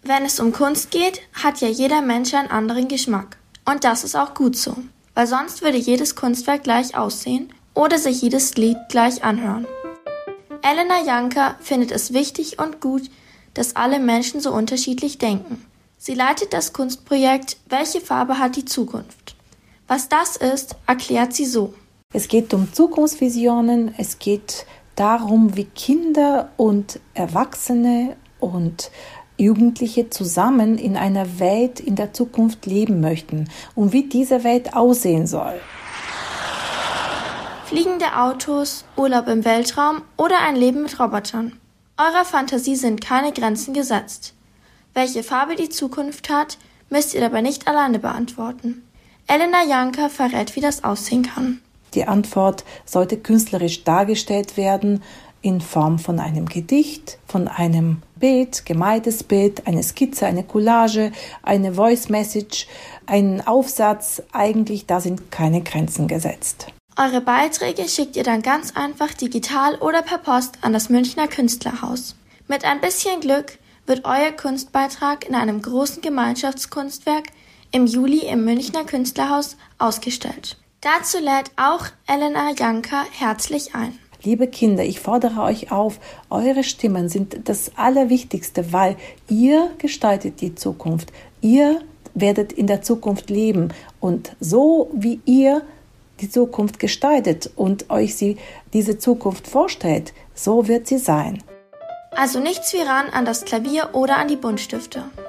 Wenn es um Kunst geht, hat ja jeder Mensch einen anderen Geschmack. Und das ist auch gut so, weil sonst würde jedes Kunstwerk gleich aussehen oder sich jedes Lied gleich anhören. Elena Janka findet es wichtig und gut, dass alle Menschen so unterschiedlich denken. Sie leitet das Kunstprojekt Welche Farbe hat die Zukunft? Was das ist, erklärt sie so. Es geht um Zukunftsvisionen, es geht darum, wie Kinder und Erwachsene und Jugendliche zusammen in einer Welt in der Zukunft leben möchten und wie diese Welt aussehen soll. Fliegende Autos, Urlaub im Weltraum oder ein Leben mit Robotern. Eurer Fantasie sind keine Grenzen gesetzt. Welche Farbe die Zukunft hat, müsst ihr dabei nicht alleine beantworten. Elena Janka verrät, wie das aussehen kann. Die Antwort sollte künstlerisch dargestellt werden in Form von einem Gedicht, von einem Bild, gemaltes Bild, eine Skizze, eine Collage, eine Voice Message, ein Aufsatz. Eigentlich, da sind keine Grenzen gesetzt. Eure Beiträge schickt ihr dann ganz einfach digital oder per Post an das Münchner Künstlerhaus. Mit ein bisschen Glück wird euer Kunstbeitrag in einem großen Gemeinschaftskunstwerk im Juli im Münchner Künstlerhaus ausgestellt. Dazu lädt auch Elena Janka herzlich ein. Liebe Kinder, ich fordere euch auf, eure Stimmen sind das Allerwichtigste, weil ihr gestaltet die Zukunft. Ihr werdet in der Zukunft leben und so wie ihr die Zukunft gestaltet und euch diese Zukunft vorstellt, so wird sie sein. Also nichts wie ran an das Klavier oder an die Buntstifte.